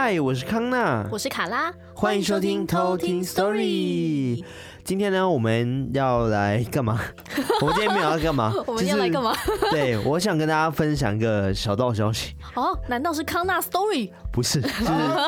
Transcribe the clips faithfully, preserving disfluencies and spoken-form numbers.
嗨，我是康纳， 我是卡拉， 欢迎收听偷听 Story。今天呢，我们要来干嘛？我们今天没有要干嘛？ 我们要来干嘛？ 对，我想跟大家分享一个小道消息。 哦，难道是康纳 Story？ 不是，是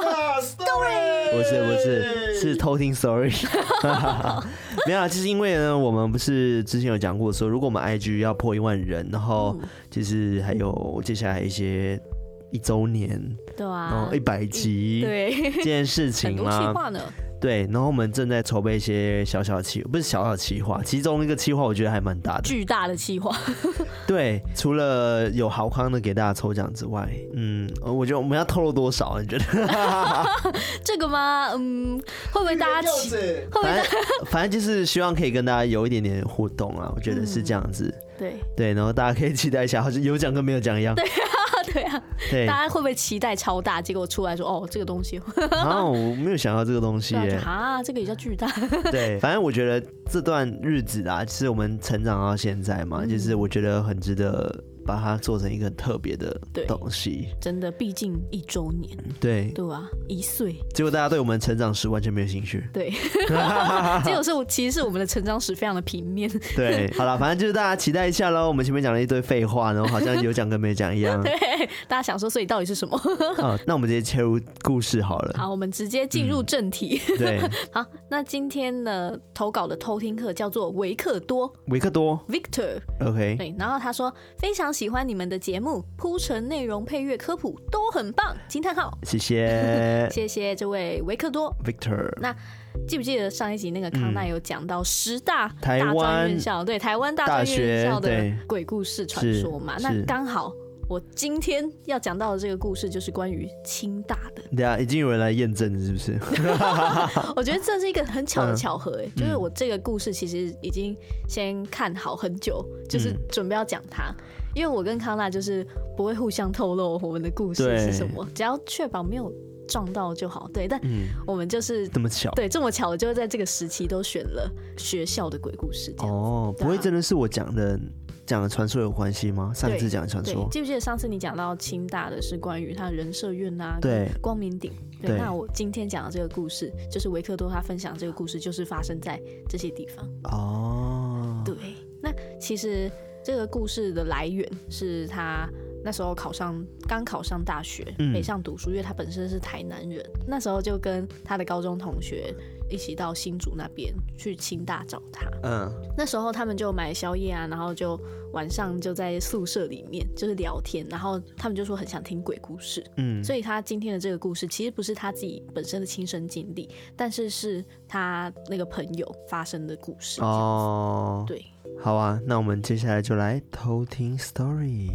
Story， 不是，不是，是偷听 Story。没有啦，就是因为呢，我们不是之前有讲过说，如果我们 I G 要破一万人，然后就是还有接下来一些。一周年， 对啊， 然后一百集， 对这件事情吗？ 很多企划呢。 对，然后我们正在筹备一些小小的企，不是小小的企划，其中一个企划我觉得还蛮大的， 巨大的企划。 对，除了有豪康的给大家抽奖之外，嗯，我觉得我们要透露多少？你觉得？ 这个吗？嗯，会不会大家期？会不会大家？ 反正就是希望可以跟大家有一点点互动啊，我觉得是这样子。 嗯、对对，然后大家可以期待一下，好像有奖跟没有奖一样。 对啊，对啊，对，大家会不会期待超大？结果出来说，哦，这个东西。 啊，我没有想到这个东西耶。 啊，这个也叫巨大。对， 反正我觉得这段日子啊，其实我们成长到现在嘛，嗯、就是我觉得很值得把它做成一个很特别的东西。 真的，毕竟一周年。对，对啊，一岁。 结果大家对我们成长史完全没有兴趣。 对，结果是我其实是我们的成长史非常的平面。 对，好了，反正就是大家期待一下喽。我们前面讲了一堆废话，然后好像有讲跟没讲一样。 对，大家想说，所以到底是什么？ 哦，那我们直接切入故事好了。 好，我们直接进入正题。 嗯、对， 好，那今天呢投稿的偷听客叫做维克多， 维克多 ，Victor。OK， 对，然后他说非常喜欢你们的节目，铺陈、内容、配乐、科普都很棒，惊叹号！ 谢谢， 谢谢这位维克多 Victor。 那记不记得上一集那个康奈有讲到十大台湾大专院校，对台湾大专院校的鬼故事传说嘛？那刚好。我今天要讲到的这个故事就是关于清大的。 对啊，已经有人来验证了，是不是？ 我觉得这是一个很巧的巧合、欸嗯、就是我这个故事其实已经先看好很久，就是准备要讲它、嗯，因为我跟康纳就是不会互相透露我们的故事是什么，只要确保没有撞到就好。对，但我们就是这么巧， 对，这么巧的，就是在这个时期都选了学校的鬼故事这样子。哦， 不会真的是我讲的。讲的传说有关系吗？上次讲的传说， 记不记得上次你讲到清大的是关于他的人社院啊， 对， 光明顶，对。那我今天讲的这个故事，就是维克多他分享这个故事，就是发生在这些地方。哦，对。那其实这个故事的来源是他那时候考上，刚考上大学，嗯、北上读书，因为他本身是台南人，那时候就跟他的高中同学一起到新竹那边去清大找他。嗯，那时候他们就买宵夜啊，然后就晚上就在宿舍里面就是聊天，然后他们就说很想听鬼故事。嗯，所以他今天的这个故事其实不是他自己本身的亲身经历，但是是他那个朋友发生的故事。哦，对， 好啊，那我们接下来就来偷听 story。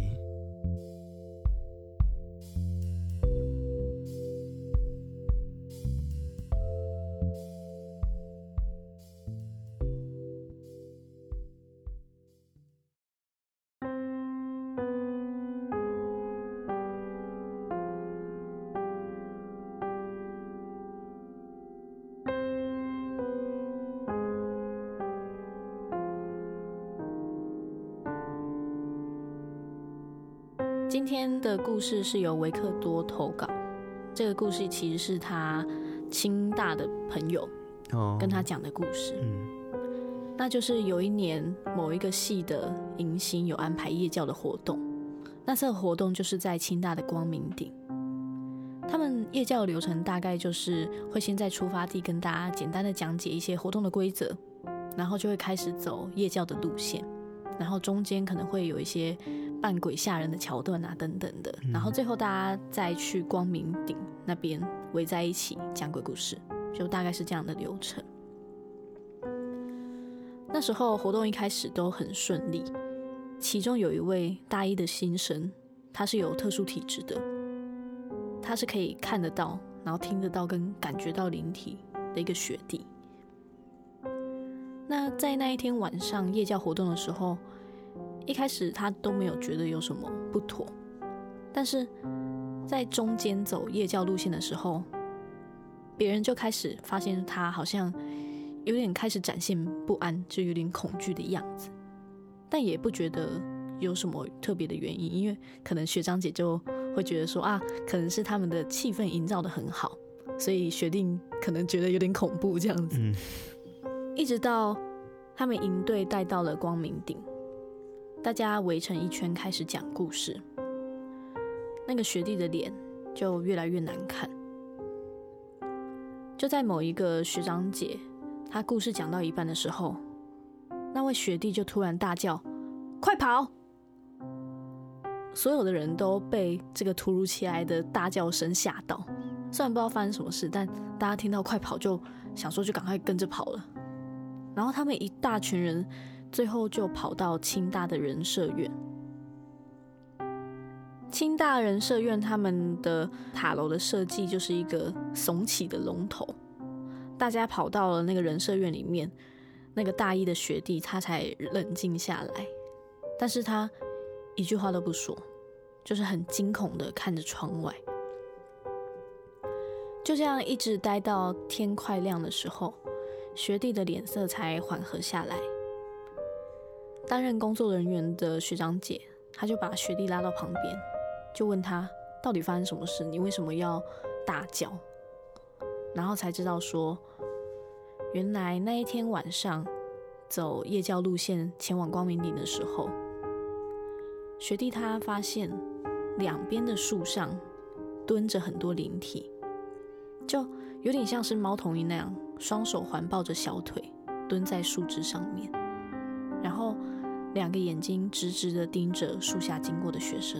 今天的故事是由维克多投稿，这个故事其实是他清大的朋友跟他讲的故事。哦嗯、那就是有一年某一个系的迎新有安排夜教的活动，那这个活动就是在清大的光明顶。他们夜教的流程大概就是会先在出发地跟大家简单的讲解一些活动的规则，然后就会开始走夜教的路线，然后中间可能会有一些扮鬼吓人的桥段啊等等的，然后最后大家再去光明顶那边围在一起讲鬼故事，就大概是这样的流程。那时候活动一开始都很顺利，其中有一位大一的新生，他是有特殊体质的，他是可以看得到然后听得到跟感觉到灵体的一个学弟。那在那一天晚上夜教活动的时候，一开始他都没有觉得有什么不妥，但是在中间走夜教路线的时候，别人就开始发现他好像有点开始展现不安，就有点恐惧的样子，但也不觉得有什么特别的原因，因为可能学长姐就会觉得说啊，可能是他们的气氛营造得很好，所以学弟可能觉得有点恐怖这样子。嗯、一直到他们营队带到了光明顶，大家围成一圈开始讲故事，那个学弟的脸就越来越难看。就在某一个学长姐，他故事讲到一半的时候，那位学弟就突然大叫：“快跑！”所有的人都被这个突如其来的大叫声吓到，虽然不知道发生什么事，但大家听到快跑就想说就赶快跟着跑了。然后他们一大群人最后就跑到清大的人社院。清大人社院他们的塔楼的设计就是一个耸起的龙头，大家跑到了那个人社院里面，那个大一的学弟他才冷静下来，但是他一句话都不说，就是很惊恐的看着窗外。就这样一直待到天快亮的时候，学弟的脸色才缓和下来。担任工作人员的学长姐，他就把学弟拉到旁边，就问他到底发生什么事，你为什么要大叫？然后才知道说，原来那一天晚上走夜教路线前往光明顶的时候，学弟他发现两边的树上蹲着很多灵体，就有点像是猫头鹰那样，双手环抱着小腿蹲在树枝上面，然后两个眼睛直直的盯着树下经过的学生。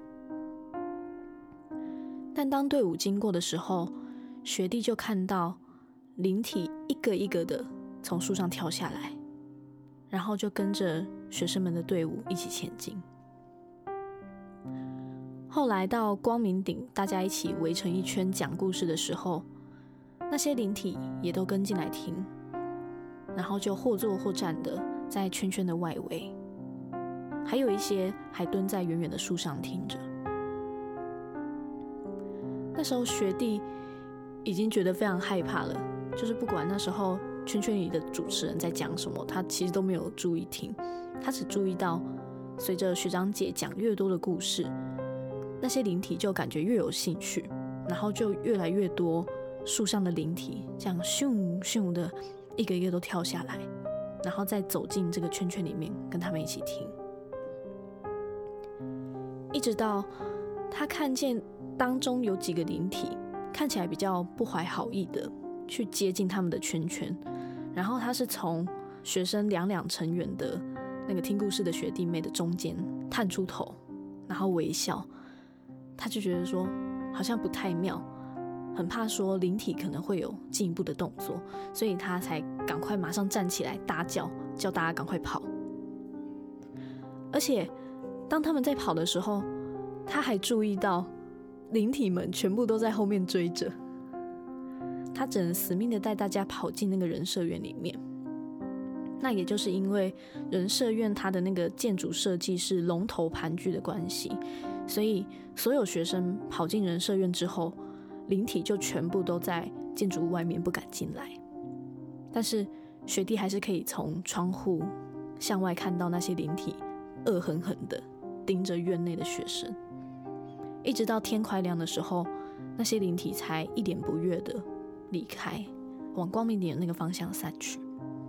但当队伍经过的时候，学弟就看到灵体一个一个的从树上跳下来，然后就跟着学生们的队伍一起前进。后来到光明顶，大家一起围成一圈讲故事的时候，那些灵体也都跟进来听，然后就或坐或站的在圈圈的外围，还有一些还蹲在远远的树上听着。那时候学弟已经觉得非常害怕了，就是不管那时候圈圈里的主持人在讲什么，他其实都没有注意听，他只注意到随着学长姐讲越多的故事，那些灵体就感觉越有兴趣，然后就越来越多树上的灵体这样咻咻的一个一个都跳下来，然后再走进这个圈圈里面跟他们一起听，一直到他看见当中有几个灵体看起来比较不怀好意的去接近他们的圈圈，然后他是从学生两两成远的那个听故事的学弟妹的中间探出头，然后微笑，他就觉得说好像不太妙，很怕说灵体可能会有进一步的动作，所以他才赶快马上站起来大叫，叫大家赶快跑。而且当他们在跑的时候，他还注意到灵体们全部都在后面追着他，只能死命的带大家跑进那个人社院里面。那也就是因为人社院它的那个建筑设计是龙头盘踞的关系，所以所有学生跑进人社院之后，灵体就全部都在建筑物外面不敢进来。但是学弟还是可以从窗户向外看到那些灵体恶狠狠的盯着院内的学生，一直到天快亮的时候，那些灵体才一脸不悦的离开，往光明顶的那个方向散去。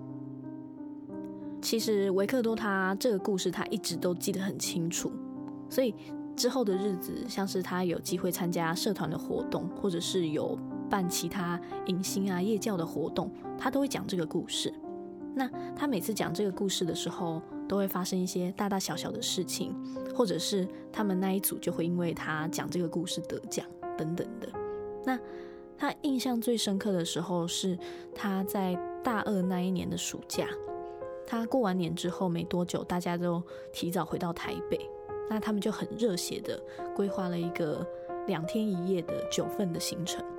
其实维克多他这个故事他一直都记得很清楚，所以之后的日子，像是他有机会参加社团的活动，或者是有办其他迎新啊夜教的活动，他都会讲这个故事。那他每次讲这个故事的时候，都会发生一些大大小小的事情，或者是他们那一组就会因为他讲这个故事得奖等等的。那他印象最深刻的时候是他在大二那一年的暑假，他过完年之后没多久，大家都提早回到台北，那他们就很热血的规划了一个两天一夜的九份的行程。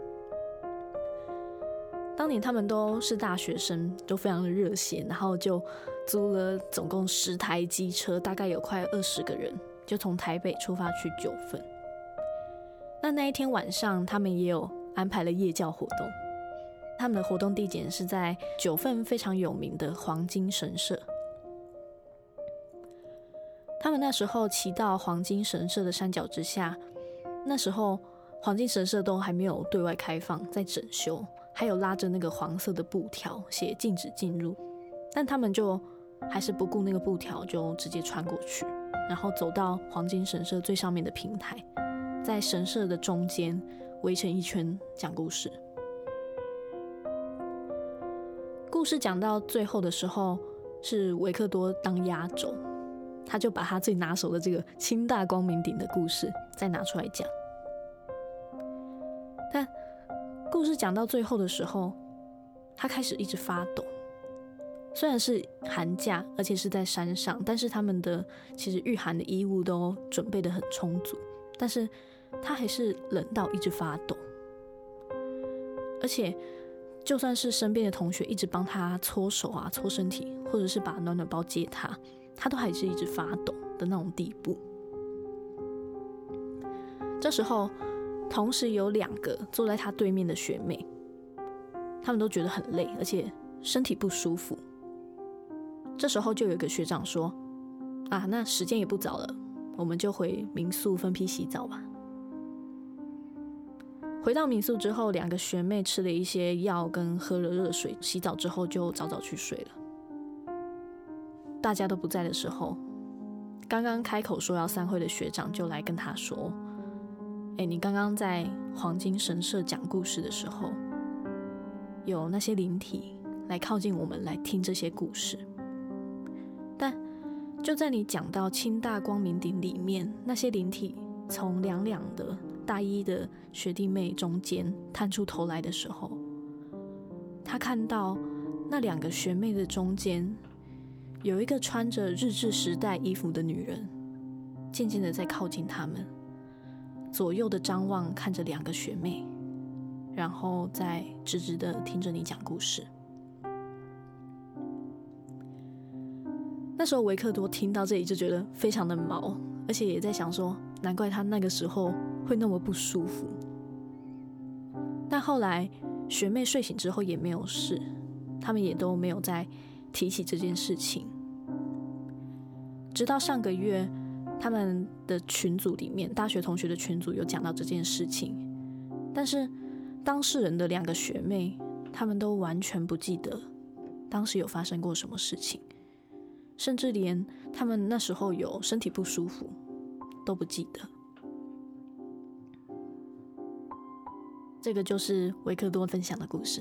当年他们都是大学生，都非常的热血，然后就租了总共十台机车，大概有快二十个人，就从台北出发去九份。那那一天晚上，他们也有安排了夜教活动。他们的活动地点是在九份非常有名的黄金神社。他们那时候骑到黄金神社的山脚之下， 那时候黄金神社都还没有对外开放，在整修，还有拉着那个黄色的布条写禁止进入，但他们就还是不顾那个布条，就直接穿过去，然后走到黄金神社最上面的平台，在神社的中间围成一圈讲故事。故事讲到最后的时候，是维克多当压轴，他就把他最拿手的这个清大光明顶的故事再拿出来讲。但故事讲到最后的时候，他开始一直发抖。虽然是寒假，而且是在山上，但是他们的其实御寒的衣物都准备得很充足，但是他还是冷到一直发抖。而且就算是身边的同学一直帮他搓手啊、搓身体，或者是把暖暖包借他，他都还是一直发抖的那种地步。这时候同时有两个坐在他对面的学妹，他们都觉得很累，而且身体不舒服。这时候就有一个学长说：啊，那时间也不早了，我们就回民宿分批洗澡吧。回到民宿之后，两个学妹吃了一些药跟喝了热水，洗澡之后就早早去睡了。大家都不在的时候，刚刚开口说要散会的学长就来跟他说：哎，你刚刚在黄金神社讲故事的时候，有那些灵体来靠近我们来听这些故事，但就在你讲到清大光明顶里面，那些灵体从两两的大一的学弟妹中间探出头来的时候，他看到那两个学妹的中间有一个穿着日治时代衣服的女人，渐渐的在靠近他们，左右的张望看着两个学妹，然后再直直的听着你讲故事。那时候维克多听到这里就觉得非常的毛，而且也在想说，难怪他那个时候会那么不舒服。但后来学妹睡醒之后也没有事，他们也都没有再提起这件事情。直到上个月，他们的群组里面，大学同学的群组有讲到这件事情，但是当事人的两个学妹，他们都完全不记得当时有发生过什么事情，甚至连他们那时候有身体不舒服都不记得。这个就是维克多分享的故事。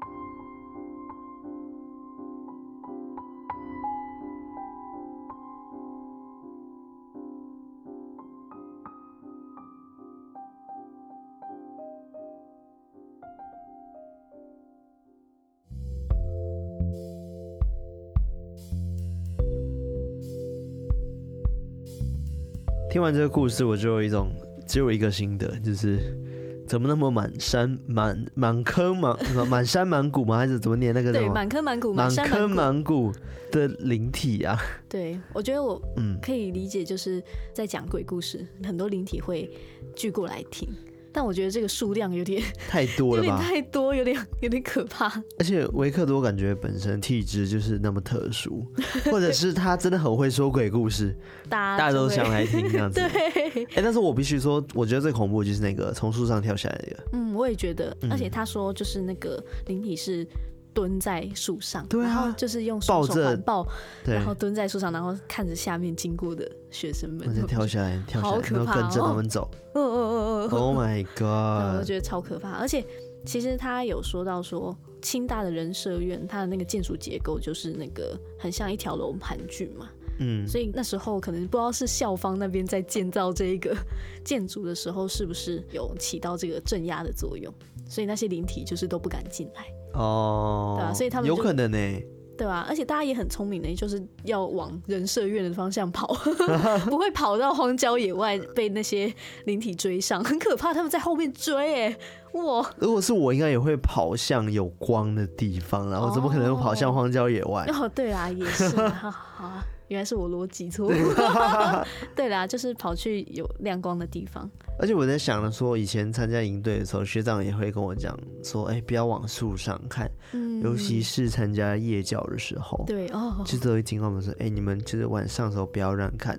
听完这个故事，我就有一种只有一个心得，就是怎么那么满山满满坑满满山满谷吗？还是怎么念那个？ 对，满坑满谷， 满坑满谷的灵体啊！ 对，我觉得我可以理解，就是在讲鬼故事，嗯、很多灵体会聚过来听。但我觉得这个数量有点太多了吧， 有点太多，有点有点可怕。 而且维克多感觉本身体质就是那么特殊，或者是他真的很会说鬼故事，大家都想来听这样子。对，哎，但是我必须说，我觉得最恐怖的就是那个从树上跳下来的。 嗯，我也觉得，而且他说就是那个灵体是蹲在树上，对啊，然后就是用双手环抱，然后蹲在树上，然后看着下面经过的学生们， 再跳下来，跳下来，然后跟着他们走。 嗯嗯嗯嗯 ，Oh my god！ 我觉得超可怕。而且其实他有说到说，清大的人社院，它的那个建筑结构就是那个很像一条龙盘踞嘛。嗯，所以那时候可能不知道是校方那边在建造这一个建筑的时候，是不是有起到这个镇压的作用，所以那些灵体就是都不敢进来。哦，对啊，所以他们有可能呢、欸， 对吧、啊？而且大家也很聪明的，就是要往人社院的方向跑，不会跑到荒郊野外被那些灵体追上，很可怕。他们在后面追、欸，哎，哇！ 如果是我，应该也会跑向有光的地方，然后怎么可能跑向荒郊野外？ 哦，对啊，也是啊，好好啊。原来是我逻辑错误。对啦，就是跑去有亮光的地方。 而且我在想了说，以前参加营队的时候，学长也会跟我讲说，哎、欸，不要往树上看、嗯，尤其是参加夜教的时候。 对哦， 就是都会警告我们说，哎、欸，你们就是晚上的时候不要乱看，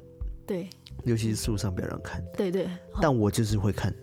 对， 尤其是树上不要让看。 对对， 但我就是会看。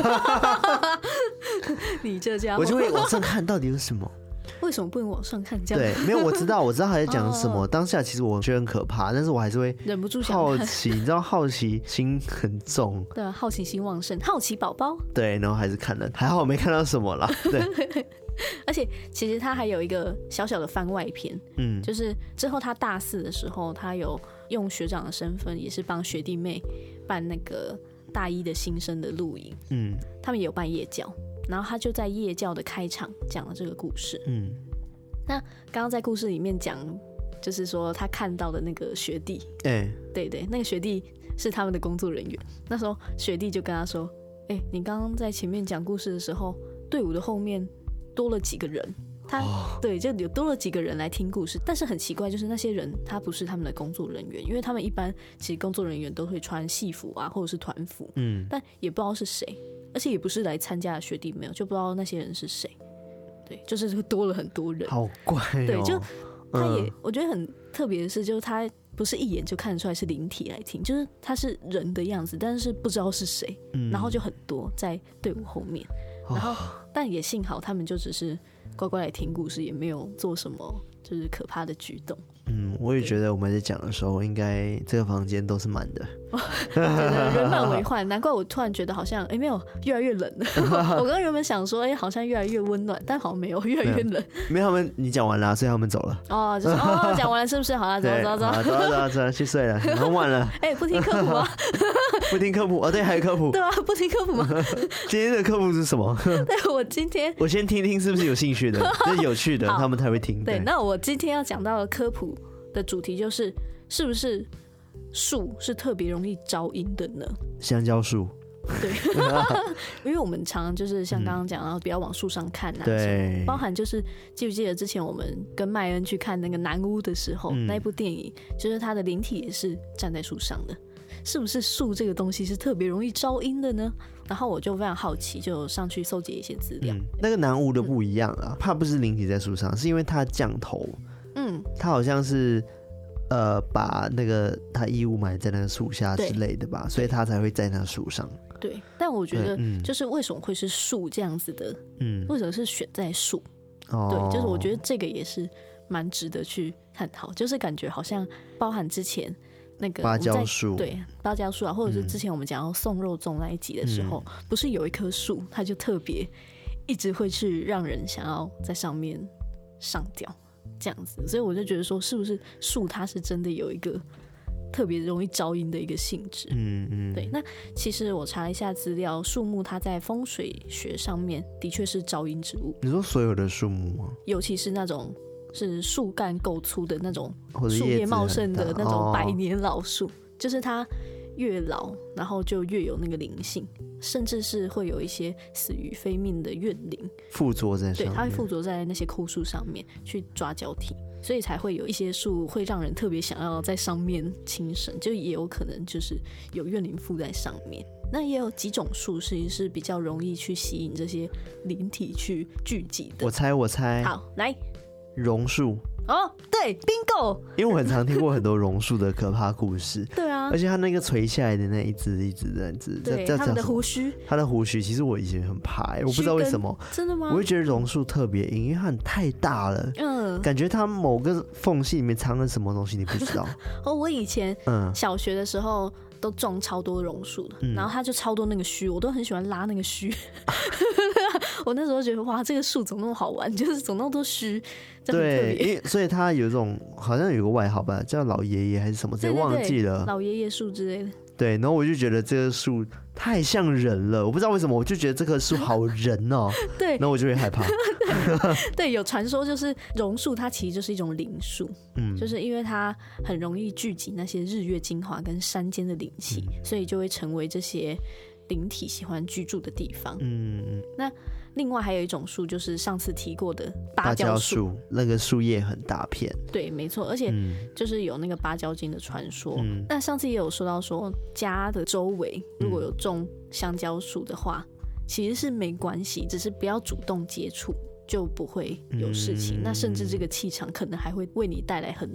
你这家伙， 我就会往上看到底有什么。 为什么不能往上看？这样对，没有，我知道，我知道他在讲什么。当下其实我觉得很可怕，但是我还是会忍不住想好奇，你知道，好奇心很重。 对啊，好奇心旺盛，好奇宝宝。 对，然后还是看了，还好我没看到什么啦。对， 而且其实他还有一个小小的番外篇，嗯，就是之后他大四的时候，他有用学长的身份，也是帮学弟妹办那个大一的新生的录影，嗯，他们也有办夜教。然后他就在夜教的开场讲了这个故事。嗯，那刚刚在故事里面讲，就是说他看到的那个学弟，哎、欸，对对，那个学弟是他们的工作人员。那时候学弟就跟他说：“哎、欸，你刚刚在前面讲故事的时候，队伍的后面多了几个人。他、哦、对，就有多了几个人来听故事。但是很奇怪，就是那些人他不是他们的工作人员，因为他们一般其实工作人员都会穿戏服啊，或者是团服，嗯，但也不知道是谁。”而且也不是来参加的学弟妹，就不知道那些人是谁。对，就是多了很多人， 好怪哦。 对，就他也、嗯、我觉得很特别的是，就是他不是一眼就看得出来是灵体来听，就是他是人的样子，但是不知道是谁、嗯，然后就很多在队伍后面，然后、哦、但也幸好他们就只是乖乖来听故事，也没有做什么就是可怕的举动。 嗯，我也觉得我们在讲的时候，应该这个房间都是满的， 觉得人满为患。难怪我突然觉得好像，哎、欸，没有，越来越冷了。我刚刚原本想说，哎、欸，好像越来越温暖，但好像没有，越来越冷。 没有，他们你讲完了、啊，所以他们走了。 哦，就是哦，讲完了是不是？好了，走走走， 走走走走，去睡了，很晚了。 哎、欸，不听科普吗？ 不听科普哦，对，还有科普。 对啊，不听科普吗？ 今天的科普是什么？ 对，我今天我先听听是不是有兴趣的，是有趣的，他们才会听。 对，那我今天要讲到的科普的主题就是，是不是树是特别容易招阴的呢？ 香蕉树。 对，因为我们常常就是像刚刚讲到，不要往树上看啊， 对， 包含就是记不记得之前我们跟麦恩去看那个南屋的时候，嗯、那一部电影，就是他的灵体也是站在树上的，是不是树这个东西是特别容易招阴的呢？然后我就非常好奇，就上去搜集一些资料。嗯、 那个南屋的不一样啊，怕不是灵体在树上，是因为它降头，嗯，它好像是。呃，把那个他衣物埋在那个树下之类的吧，所以他才会在那树上。 对，但我觉得就是为什么会是树这样子的，嗯，为什么是选在树？哦，对，就是我觉得这个也是蛮值得去探讨，就是感觉好像包含之前那个芭蕉树， 对，芭蕉树啊，或者是之前我们讲到送肉粽那一集的时候，嗯、不是有一棵树，它就特别一直会去让人想要在上面上吊。这样子，所以我就觉得说，是不是树它是真的有一个特别容易招阴的一个性质？嗯嗯，对。那其实我查了一下资料，树木它在风水学上面的确是招阴之物。 你说所有的树木吗？ 尤其是那种是树干够粗的那种，树叶茂盛的那种百年老树，哦、就是它越老，然后就越有那个灵性。甚至是会有一些死于非命的怨灵附着在上面， 对，它会附着在那些枯树上面去抓交替，所以才会有一些树会让人特别想要在上面轻生，就也有可能就是有怨灵附在上面。那也有几种树是是比较容易去吸引这些灵体去聚集的。 我猜，我猜， 好，来， 榕树。 哦，对 ，bingo！ 因为我很常听过很多榕树的可怕故事。 对啊， 而且它那个垂下来的那一只一只的那只， 对，它们的胡须， 它的胡须，其实我以前很怕、欸，我不知道为什么。 真的吗？ 我会觉得榕树特别阴，因为它很太大了，嗯，感觉它某个缝隙里面藏了什么东西，你不知道。 哦，我以前嗯小学的时候。都种超多榕树的、嗯，然后它就超多那个须，我都很喜欢拉那个须。我那时候觉得哇，这个树怎么那么好玩，就是怎么那么多须， 对，因为所以它有一种好像有个外号吧，叫老爷爷还是什么，直接忘记了， 老爷爷树之类的。 对，然后我就觉得这个树太像人了，我不知道为什么，我就觉得这棵树好人哦、喔。对，然后我就会害怕。 对，有传说就是榕树它其实就是一种灵树，嗯，就是因为它很容易聚集那些日月精华跟山间的灵气、嗯，所以就会成为这些灵体喜欢居住的地方。嗯，那另外还有一种树就是上次提过的芭蕉树， 那个树叶很大片。 对，没错，而且就是有那个芭蕉精的传说。嗯，那上次也有说到说家的周围如果有种香蕉树的话、嗯，其实是没关系，只是不要主动接触。就不会有事情、嗯，那甚至这个气场可能还会为你带来横财。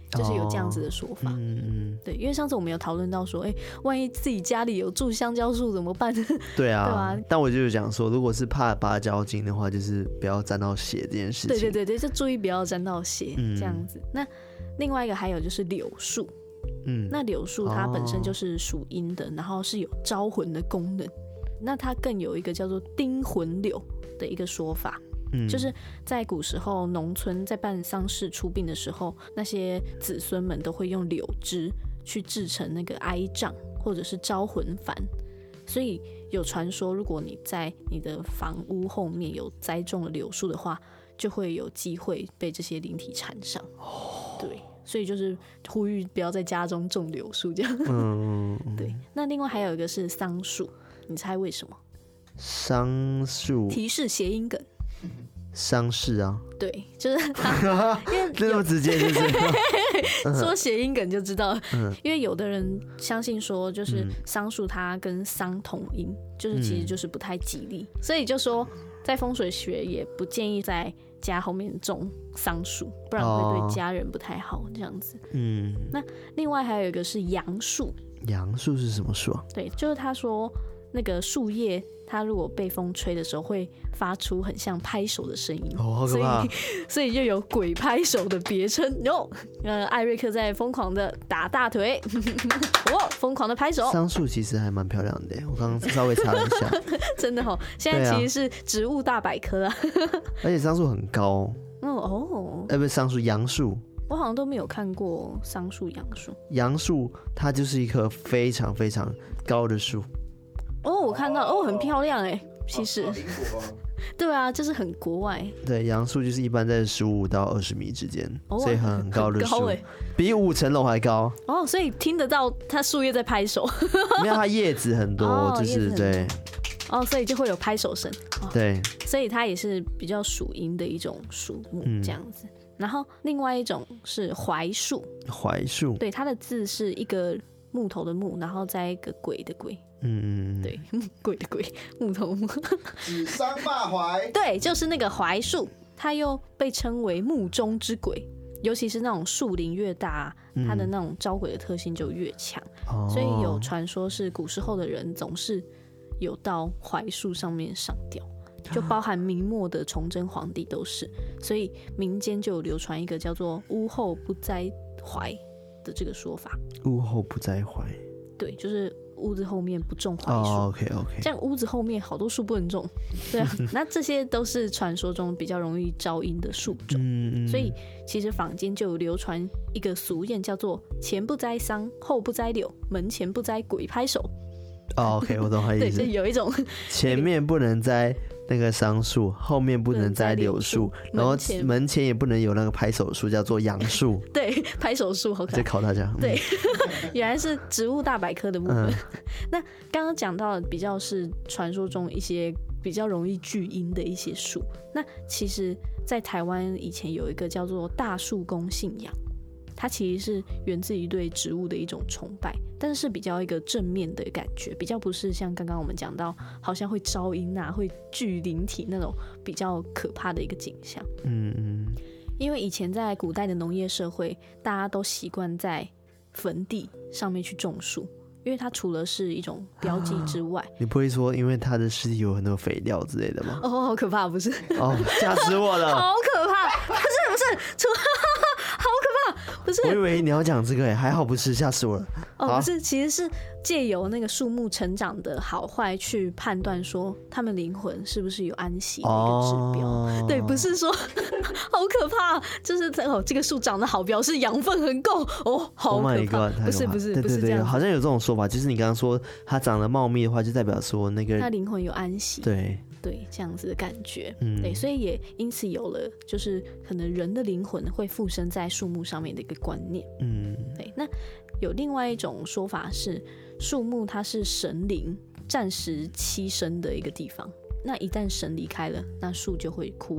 就是有这样子的说法。 嗯嗯， 对，因为上次我们有讨论到说，哎、欸，万一自己家里有住香蕉树怎么办？ 对啊， 对啊。 但我就讲说，如果是怕拔胶筋的话，就是不要沾到血这件事情。 对对对对，就注意不要沾到血、嗯、这样子。那另外一个还有就是柳树，嗯，那柳树它本身就是属阴的、哦，然后是有招魂的功能。那它更有一个叫做丁魂柳的一个说法。嗯、就是在古时候农村在办丧事出殡的时候，那些子孙们都会用柳枝去制成那个哀杖或者是招魂幡，所以有传说如果你在你的房屋后面有栽种了柳树的话，就会有机会被这些灵体缠上、哦、对，所以就是呼吁不要在家中种柳树这样。嗯，对。那另外还有一个是桑树，你猜为什么？ 桑树提示谐音梗， 丧事啊， 对，就是他，因为这么直接就是说谐音梗就知道、嗯，因为有的人相信说，就是桑树它跟丧同音、嗯，就是其实就是不太吉利，所以就说在风水学也不建议在家后面种桑树，不然会对家人不太好这样子。嗯，那另外还有一个是杨树， 杨树是什么树啊？ 对，就是他说那个树叶。它如果被风吹的时候，会发出很像拍手的声音， 哦，好可怕！ 所以，所以就有鬼拍手的别称哟。呃，艾瑞克在疯狂的打大腿，哇，疯狂的拍手。 桑树其实还蛮漂亮的，我刚刚稍微查了一下， 真的哦，现在其实是植物大百科啊。 而且桑树很高， 哦哦， 呃，不是桑树，杨树。 我好像都没有看过桑树、杨树。 杨树它就是一棵非常非常高的树。 哦，我看到哦，很漂亮哎，其实，对啊，就是很国外。 对，杨树就是一般在十五到二十米之间、哦，所以很高的树，比五层楼还高。 哦，所以听得到它树叶在拍手。 没有，它叶子很多，哦、就是对。 哦，所以就会有拍手声、哦。 对， 所以它也是比较属阴的一种树木这样子、嗯。然后另外一种是槐树， 槐树， 对，它的字是一个木头的木，然后再一个鬼的鬼。嗯，对，鬼的鬼，木头木， 指桑骂槐， 对，就是那个槐树，它又被称为木中之鬼，尤其是那种树林越大，它的那种招鬼的特性就越强、嗯，所以有传说是古时候的人总是有到槐树上面上吊，就包含明末的崇祯皇帝都是，所以民间就有流传一个叫做屋后不栽槐的这个说法。 屋后不栽槐， 对，就是屋子后面不种槐树、 oh, OK OK， 这样屋子后面好多树不能种，对啊，那这些都是传说中比较容易招阴的树种、嗯，所以其实坊间就有流传一个俗谚，叫做前不栽桑，后不栽柳，门前不栽鬼拍手。 哦、oh, ，OK， 我懂他意思。 对，就有一种前面不能栽那个桑树，后面不能栽柳树，然后门前也不能有那个拍手树，叫做杨树。 对，拍手树好可爱。 在考大家。 对，原来是植物大百科的部分。嗯、那刚刚讲到的比较是传说中一些比较容易聚阴的一些树。那其实，在台湾以前有一个叫做大树公信仰。它其实是源自于对植物的一种崇拜，但是是比较一个正面的感觉，比较不是像刚刚我们讲到好像会招阴啊会聚灵体那种比较可怕的一个景象。嗯嗯，因为以前在古代的农业社会，大家都习惯在坟地上面去种树，因为它除了是一种标记之外、啊、 你不会说因为它的尸体有很多肥料之类的吗？ 哦，好可怕，不是？ 哦，吓死我了！ 好可怕，不是不是，除好可怕，不是？ 我以为你要讲这个哎，还好不是，吓死我了。 哦，不是，其实是借由那个树木成长的好坏去判断说他们灵魂是不是有安息的一个指标。哦、对，不是说好可怕，就是哦这个树长得好，表示养分很够哦，好可怕。Oh my God, 不是不是对对对不是这样， 好像有这种说法，就是你刚刚说它长得茂密的话，就代表说那个它灵魂有安息。 对。 对，这样子的感觉、嗯，对，所以也因此有了，就是可能人的灵魂会附身在树木上面的一个观念，嗯，对。那有另外一种说法是，树木它是神灵暂时栖身的一个地方，那一旦神离开了，那树就会枯萎，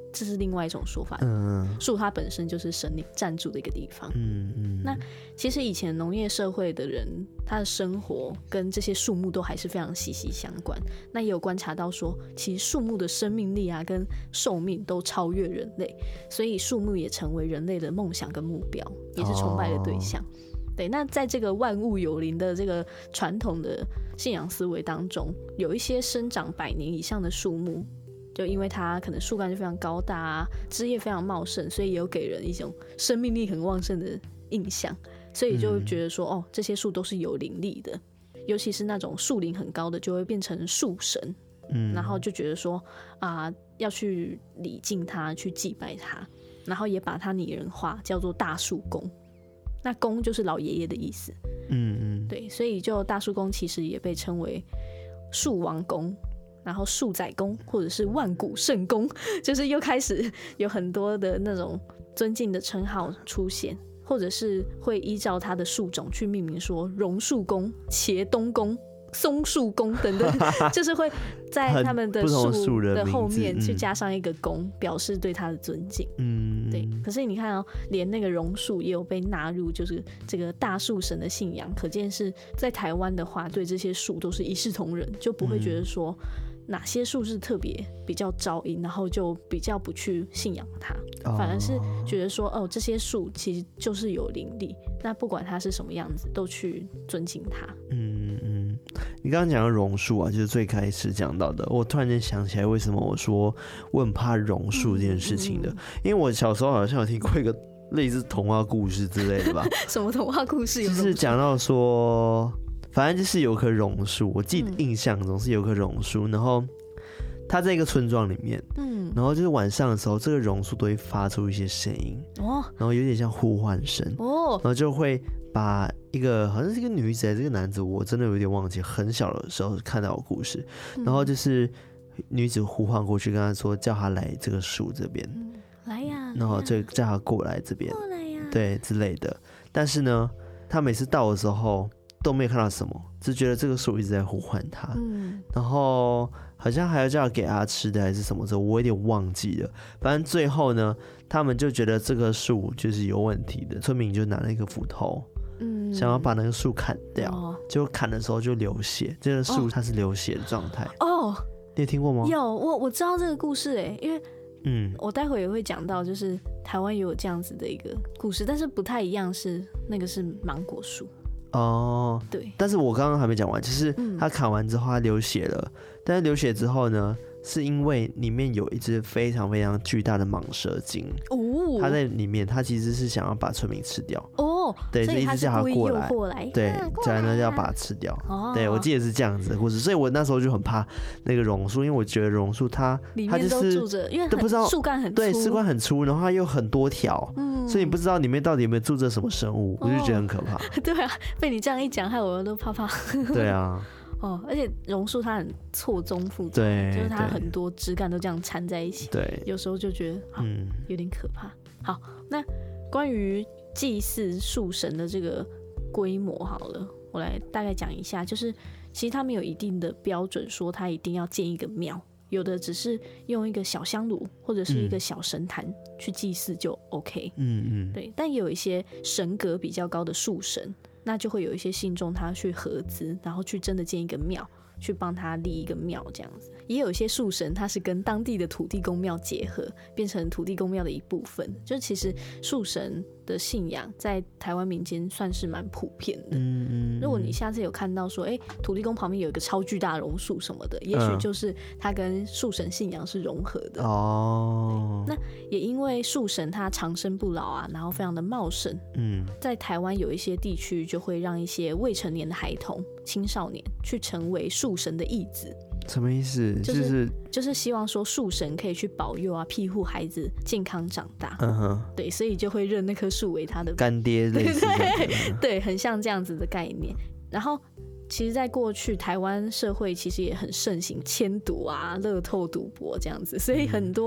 这是另外一种说法。嗯，树它本身就是神灵暂住的一个地方。嗯嗯。那其实以前农业社会的人，他的生活跟这些树木都还是非常息息相关。那也有观察到说，其实树木的生命力啊，跟寿命都超越人类，所以树木也成为人类的梦想跟目标，也是崇拜的对象。哦，对，那在这个万物有灵的这个传统的信仰思维当中，有一些生长百年以上的树木，就因为它可能树干就非常高大啊，枝叶非常茂盛，所以也有给人一种生命力很旺盛的印象，所以就觉得说，嗯、哦，这些树都是有灵力的，尤其是那种树龄很高的，就会变成树神，嗯，然后就觉得说啊，要去礼敬它，去祭拜它，然后也把它拟人化，叫做大树公。那公就是老爷爷的意思，嗯嗯，对，所以就大树公其实也被称为树王公，然后树仔公，或者是万古圣公，就是又开始有很多的那种尊敬的称号出现，或者是会依照它的树种去命名，说榕树公、茄冬公、松树公等等，就是会在他们的树的后面去加上一个公，嗯、表示对它的尊敬。嗯，对。可是你看哦，连那个榕树也有被纳入，就是这个大树神的信仰，可见是在台湾的话，对这些树都是一视同仁，就不会觉得说哪些树是特别比较招阴，然后就比较不去信仰它，反而是觉得说哦，这些树其实就是有灵力，那不管它是什么样子，都去尊敬它。嗯嗯，你刚刚讲的榕树啊，就是最开始讲到的，我突然间想起来，为什么我说我很怕榕树这件事情的，嗯嗯嗯，因为我小时候好像有听过一个类似童话故事之类的吧。 什么童话故事有？ 就是讲到说，反正就是有棵榕树，我记得印象中是有棵榕树，然后它在一个村庄里面，嗯，然后就是晚上的时候，这个榕树都会发出一些声音，哦，然后有点像呼唤声，哦，然后就会把一个好像是一个女子还是一个男子，我真的有点忘记，很小的时候看到的故事，嗯、然后就是女子呼唤过去，跟他说叫他来这个树这边，嗯、 来呀， 然后就叫他过来这边， 过来呀， 对之类的。但是呢，他每次到的时候都没有看到什么，只觉得这个树一直在呼唤他，嗯，然后好像还要叫他给他吃的还是什么的，我有点忘记了。反正最后呢，他们就觉得这个树就是有问题的，村民就拿了一个斧头，嗯，想要把那个树砍掉，哦、结果砍的时候就流血，这个树它是流血的状态。哦，你有听过吗？ 有，我我知道这个故事哎，因为嗯，我待会也会讲到，就是台湾也有这样子的一个故事，但是不太一样，是那个是芒果树。 哦， 对， 但是我刚刚还没讲完，就是他砍完之后他流血了，嗯、但是流血之后呢，是因为里面有一只非常非常巨大的蟒蛇精，哦，它在里面，它其实是想要把村民吃掉，哦，对，所以一直叫他过来， 来对，叫来呢要把它吃掉，哦，对我记得是这样子的故事，所以我那时候就很怕那个榕树，因为我觉得榕树它它就是住着，因为都不知道树干很粗， 对，树干很粗，然后它又很多条，嗯，所以你不知道里面到底有没有住着什么生物，我就觉得很可怕。 对啊，被你这样一讲，害我都怕怕。 对啊。 哦，而且榕树它很错综复杂， 对， 就是它很多枝干都这样缠在一起， 对， 有时候就觉得啊、嗯，有点可怕。好，那关于祭祀树神的这个规模，好了，我来大概讲一下，就是其实他们有一定的标准，说他一定要建一个庙，有的只是用一个小香炉或者是一个小神坛去祭祀就 OK， 嗯嗯，对，但也有一些神格比较高的树神。那就会有一些信众他去合资，然后去真的建一个庙，去帮他立一个庙这样子。也有一些树神，他是跟当地的土地公庙结合，变成土地公庙的一部分。就其实树神的信仰在台湾民间算是蛮普遍的。嗯嗯。如果你下次有看到说，哎、欸，土地公旁边有一个超巨大榕树什么的，也许就是他跟树神信仰是融合的。哦。那也因为树神他长生不老啊，然后非常的茂盛。嗯。在台湾有一些地区就会让一些未成年的孩童、青少年去成为树神的义子。 什么意思？ 就是、就是、就是希望说树神可以去保佑啊、庇护孩子健康长大。嗯哼，对，所以就会认那棵树为他的干爹类似对，对，很像这样子的概念。然后，其实，在过去台湾社会其实也很盛行签赌啊、乐透赌博这样子，所以很多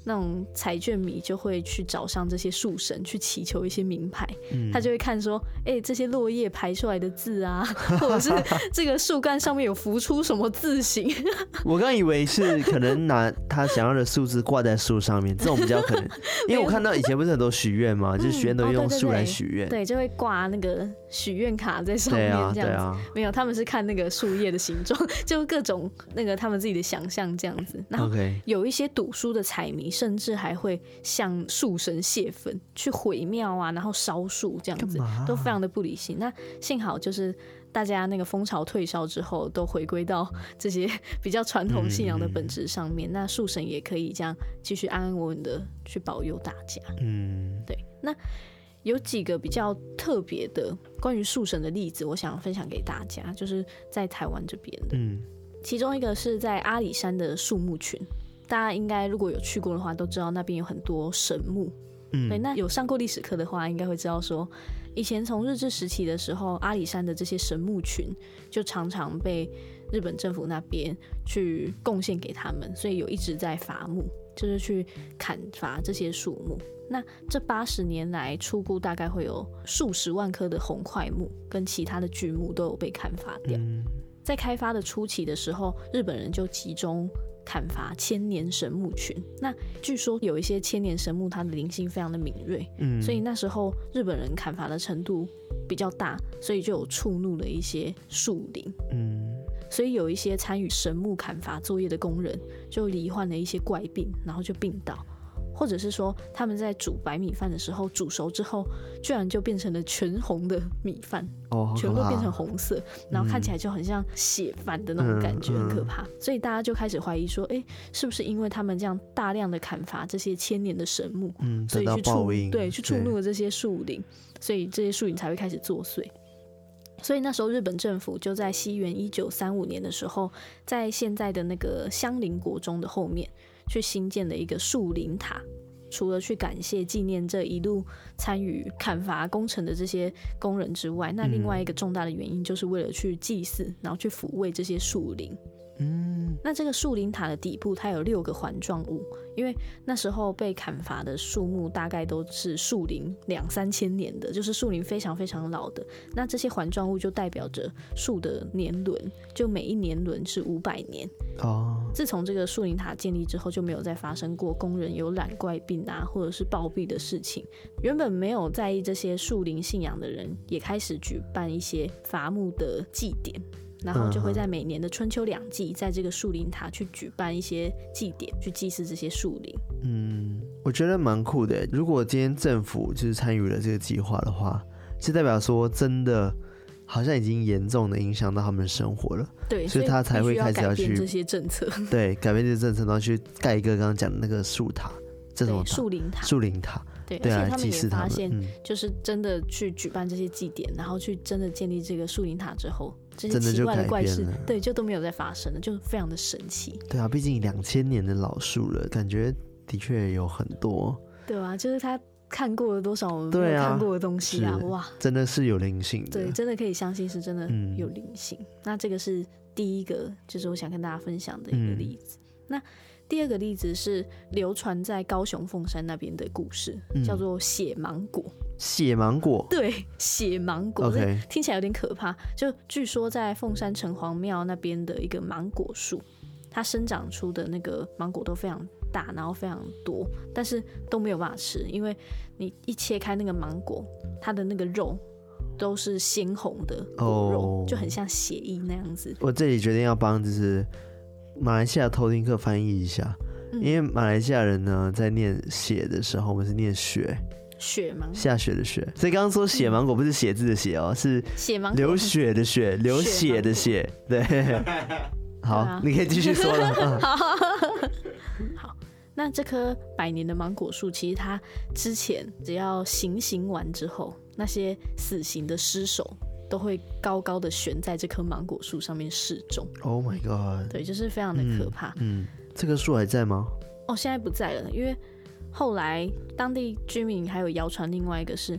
那种彩券迷就会去找上这些树神去祈求一些名牌，嗯、他就会看说，哎、欸，这些落叶排出来的字啊，或者是这个树干上面有浮出什么字形。 我刚以为是可能拿他想要的数字挂在树上面，这种比较可能，因为我看到以前不是很多许愿嘛，就是许愿都用树来许愿、嗯哦， 对，就会挂那个许愿卡在上面这样子。对啊，对啊，没有，他们是看那个树叶的形状，就各种那个他们自己的想象这样子。然后有一些赌书的彩迷，甚至还会向树神泄愤，去毁庙啊，然后烧树这样子，都非常的不理性。那幸好就是大家那个风潮退烧之后，都回归到这些比较传统信仰的本质上面。嗯、那树神也可以这样继续安安稳稳的去保佑大家。嗯，对。那有几个比较特别的关于树神的例子，我想分享给大家，就是在台湾这边的。嗯，其中一个是在阿里山的树木群，大家应该如果有去过的话，都知道那边有很多神木。嗯，对，那有上过历史课的话，应该会知道说，以前从日治时期的时候，阿里山的这些神木群就常常被日本政府那边去贡献给他们，所以有一直在伐木，就是去砍伐这些树木。那这八十年来，初估大概会有数十万棵的红檜木跟其他的巨木都有被砍伐掉。嗯、在开发的初期的时候，日本人就集中砍伐千年神木群。那据说有一些千年神木，它的灵性非常的敏锐，嗯，所以那时候日本人砍伐的程度比较大，所以就有触怒了一些树林，嗯，所以有一些参与神木砍伐作业的工人就罹患了一些怪病，然后就病倒。或者是说他们在煮白米饭的时候，煮熟之后居然就变成了全红的米饭，哦，全部都变成红色，然后看起来就很像血饭的那种感觉，嗯、很可怕。所以大家就开始怀疑说，哎，是不是因为他们这样大量的砍伐这些千年的神木，嗯，所以去触对去触怒了这些树林，所以这些树林才会开始作祟。所以那时候日本政府就在西元一九三五年的时候，在现在的那个香林国中的后面去新建了一个树林塔，除了去感谢纪念这一路参与砍伐工程的这些工人之外，那另外一个重大的原因就是为了去祭祀，然后去抚慰这些树林。嗯，那这个树林塔的底部它有六个环状物，因为那时候被砍伐的树木大概都是树龄两三千年的，就是树龄非常非常老的。那这些环状物就代表着树的年轮，就每一年轮是五百年。哦，自从这个树林塔建立之后，就没有再发生过工人有染怪病啊，或者是暴毙的事情。原本没有在意这些树林信仰的人，也开始举办一些伐木的祭典。然后就会在每年的春秋两季，在这个树林塔去举办一些祭典，去祭祀这些树林。嗯， 我觉得蛮酷的。如果今天政府就是参与了这个计划的话，是代表说真的好像已经严重的影响到他们的生活了。 对， 所以他才会开始要去改变这些政策。 对，改变这些政策，然后去盖一个刚刚讲的那个树塔，这种树林塔。 树林塔。 对，而且他们也发现，就是真的去举办这些祭典，然后去真的建立这个树林塔之后，这些奇怪的怪事，对，就都没有再发生了，就非常的神奇。 对啊，毕竟两千年的老树了，感觉的确有很多。 对啊，就是他看过了多少我们没有看过的东西啊，啊哇， 真的是有灵性的。 对，真的可以相信是真的有灵性。嗯、那这个是第一个，就是我想跟大家分享的一个例子。嗯、那第二个例子是流传在高雄凤山那边的故事，嗯、叫做血芒果。 血芒果， 对，血芒果， okay. 听起来有点可怕。就据说在凤山城隍庙那边的一个芒果树，它生长出的那个芒果都非常大，然后非常多，但是都没有办法吃，因为你一切开那个芒果，它的那个肉都是鲜红的果肉， oh. 就很像血液那样子。 我这里决定要帮就是马来西亚偷听课翻译一下，嗯、因为马来西亚人呢在念血的时候，我们是念血。 血芒果， 下雪的雪，所以刚刚说血芒果不是血字的血哦，是流血的血，流血的血。对，好，啊、你可以继续说了。嗯、 好，好，那这棵百年的芒果树，其实它之前只要行刑完之后，那些死刑的尸首都会高高的悬在这棵芒果树上面示众。 Oh my god！ 对，就是非常的可怕。 嗯，嗯这棵树还在吗？ 哦，现在不在了，因为后来当地居民还有谣传另外一个是，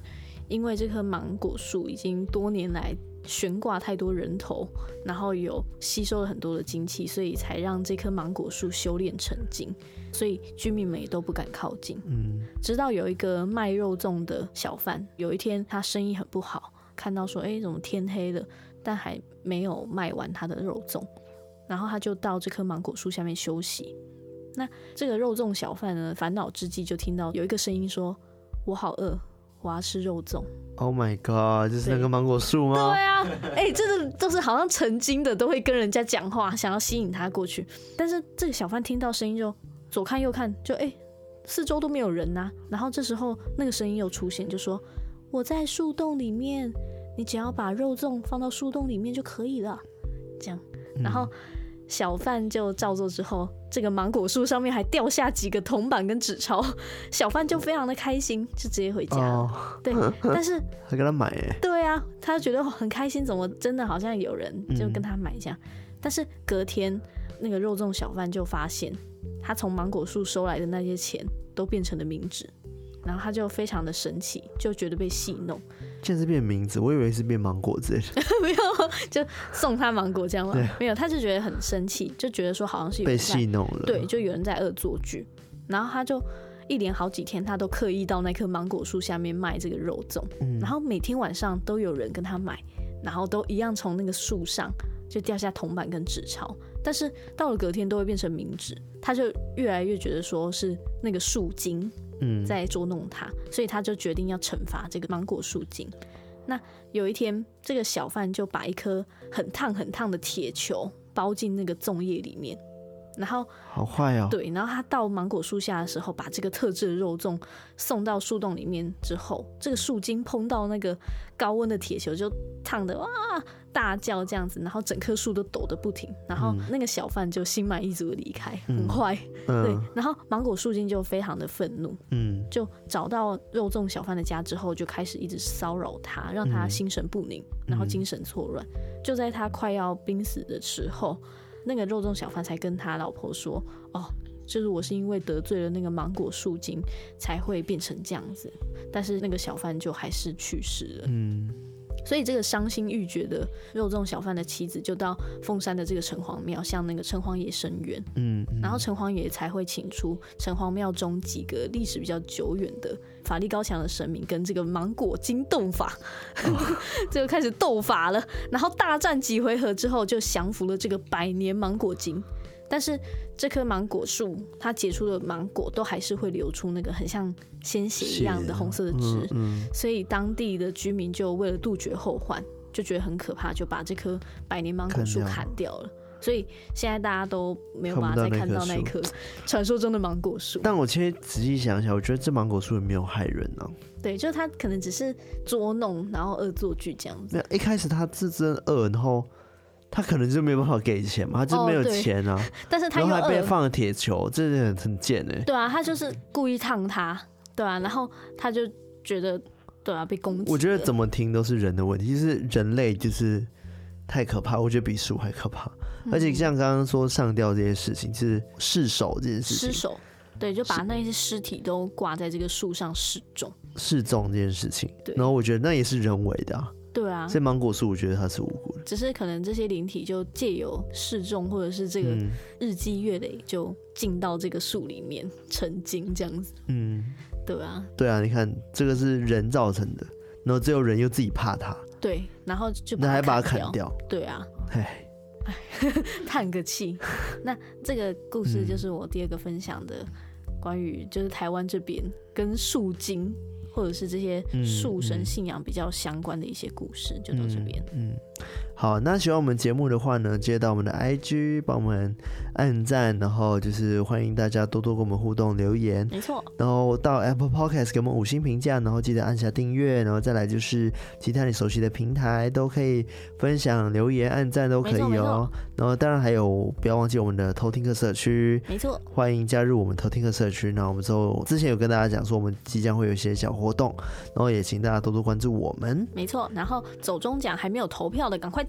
因为这棵芒果树已经多年来悬挂太多人头，然后有吸收了很多的精气，所以才让这棵芒果树修炼成精，所以居民们也都不敢靠近。嗯，直到有一个卖肉粽的小贩，有一天他生意很不好，看到说，哎，怎么天黑了，但还没有卖完他的肉粽，然后他就到这棵芒果树下面休息。那这个肉粽小贩呢，烦恼之际就听到有一个声音说：“我好饿，我要吃肉粽。” Oh my god， 就是那个芒果树吗？ 对啊，哎、欸，这个都是好像曾经的都会跟人家讲话，想要吸引他过去。但是这个小贩听到声音就左看右看，就哎、欸，四周都没有人呐、啊。然后这时候那个声音又出现，就说：“我在树洞里面，你只要把肉粽放到树洞里面就可以了。”这样，然后小贩就照做之后，这个芒果树上面还掉下几个铜板跟纸钞，小贩就非常的开心，就直接回家了。哦、对，但是还跟他买哎。 对啊，他觉得很开心，怎么真的好像有人就跟他买这样。嗯、但是隔天那个肉粽小贩就发现，他从芒果树收来的那些钱都变成了冥纸，然后他就非常的生气，就觉得被戏弄。 竟然是变名字，我以为是变芒果之类的。 没有，就送他芒果这样吗？没有，他就觉得很生气，就觉得说好像是有人被戏弄了。 对，就有人在恶作剧。然后他就一连好几天，他都刻意到那棵芒果树下面卖这个肉粽、嗯，然后每天晚上都有人跟他买，然后都一样从那个树上就掉下铜板跟纸钞，但是到了隔天都会变成冥纸。他就越来越觉得说是那个树精。在捉弄他，所以他就决定要惩罚这个芒果树精。那有一天，这个小贩就把一颗很烫很烫的铁球包进那个粽叶里面，然后好坏哦。 对，然后他到芒果树下的时候，把这个特制的肉粽送到树洞里面之后，这个树精碰到那个高温的铁球就烫的哇大叫这样子，然后整棵树都抖得不停，然后那个小贩就心满意足的离开，嗯、很坏、嗯。对，然后芒果树精就非常的愤怒，嗯，就找到肉粽小贩的家之后，就开始一直骚扰他，让他心神不宁，嗯、然后精神错乱。就在他快要濒死的时候，那个肉粽小贩才跟他老婆说：“哦，就是我是因为得罪了那个芒果树精，才会变成这样子。”但是那个小贩就还是去世了。嗯。所以这个伤心欲绝的肉粽小贩的妻子就到凤山的这个城隍庙向那个城隍爷申冤，嗯，然后城隍爷才会请出城隍庙中几个历史比较久远的法力高强的神明跟这个芒果精斗法，哦、这个开始斗法了，然后大战几回合之后就降服了这个百年芒果精。但是这棵芒果树它结出的芒果都还是会流出那个很像鲜血一样的红色的汁、嗯嗯、所以当地的居民就为了杜绝后患，就觉得很可怕，就把这棵百年芒果树砍掉了。所以现在大家都没有办法再看到那棵传说中的芒果树。 但我其实仔细想想，我觉得这芒果树也没有害人啊。 对，就是他可能只是捉弄，然后恶作剧这样子。 一开始他是真恶，然后他可能就没有办法给钱嘛，他就没有钱啊。哦、 但是他又然后还被放了铁球，这很很贱哎、欸。 对啊，他就是故意烫他，对啊，然后他就觉得对啊被攻击。 我觉得怎么听都是人的问题，就是人类就是太可怕，我觉得比树还可怕。嗯、而且像刚刚说上吊这些事情，是尸首这件事情， 尸首对，就把那些尸体都挂在这个树上示众， 示众这件事情。然后我觉得那也是人为的啊。 对啊， 所以芒果树我觉得它是无辜的， 只是可能这些灵体就借由示众或者是这个日积月累，就进到这个树里面成精这样子。嗯，对啊， 对啊，你看这个是人造成的，然后只有人又自己怕它， 对，然后就把那还把它砍掉， 对啊， 哎， 叹个气。那这个故事就是我第二个分享的，关于就是台湾这边跟树精。或者是这些树神信仰比较相关的一些故事，嗯、就到这边。嗯， 嗯好，那喜欢我们节目的话呢，接到我们的 I G 帮我们按赞，然后就是欢迎大家多多跟我们互动留言。 没错。 然后到 Apple Podcast 给我们五星评价，然后记得按下订阅，然后再来就是其他你熟悉的平台都可以分享留言、按赞都可以哦。然后当然还有不要忘记我们的偷听客社区， 没错， 欢迎加入我们偷听客社区。那我们之后之前有跟大家讲说，我们即将会有一些小活动，然后也请大家多多关注我们。 没错，然后走中奖还没有投票的，赶快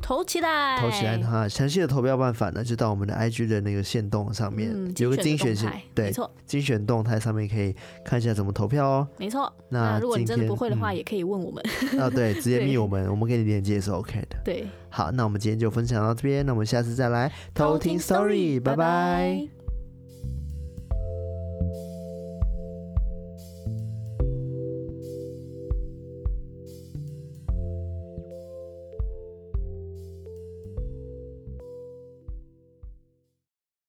投起来， 投起来哈！详细的投票办法呢，就到我们的 I G 的那个限动上面、嗯、有个精选线，对， 没错， 精选动态上面可以看一下怎么投票哦。 没错， 那, 那如果你真的不会的话，嗯、也可以问我们啊，对，直接密我们，我们给你连接是 OK 的。 对， 好，那我们今天就分享到这边，那我们下次再来偷听 Story， 拜拜。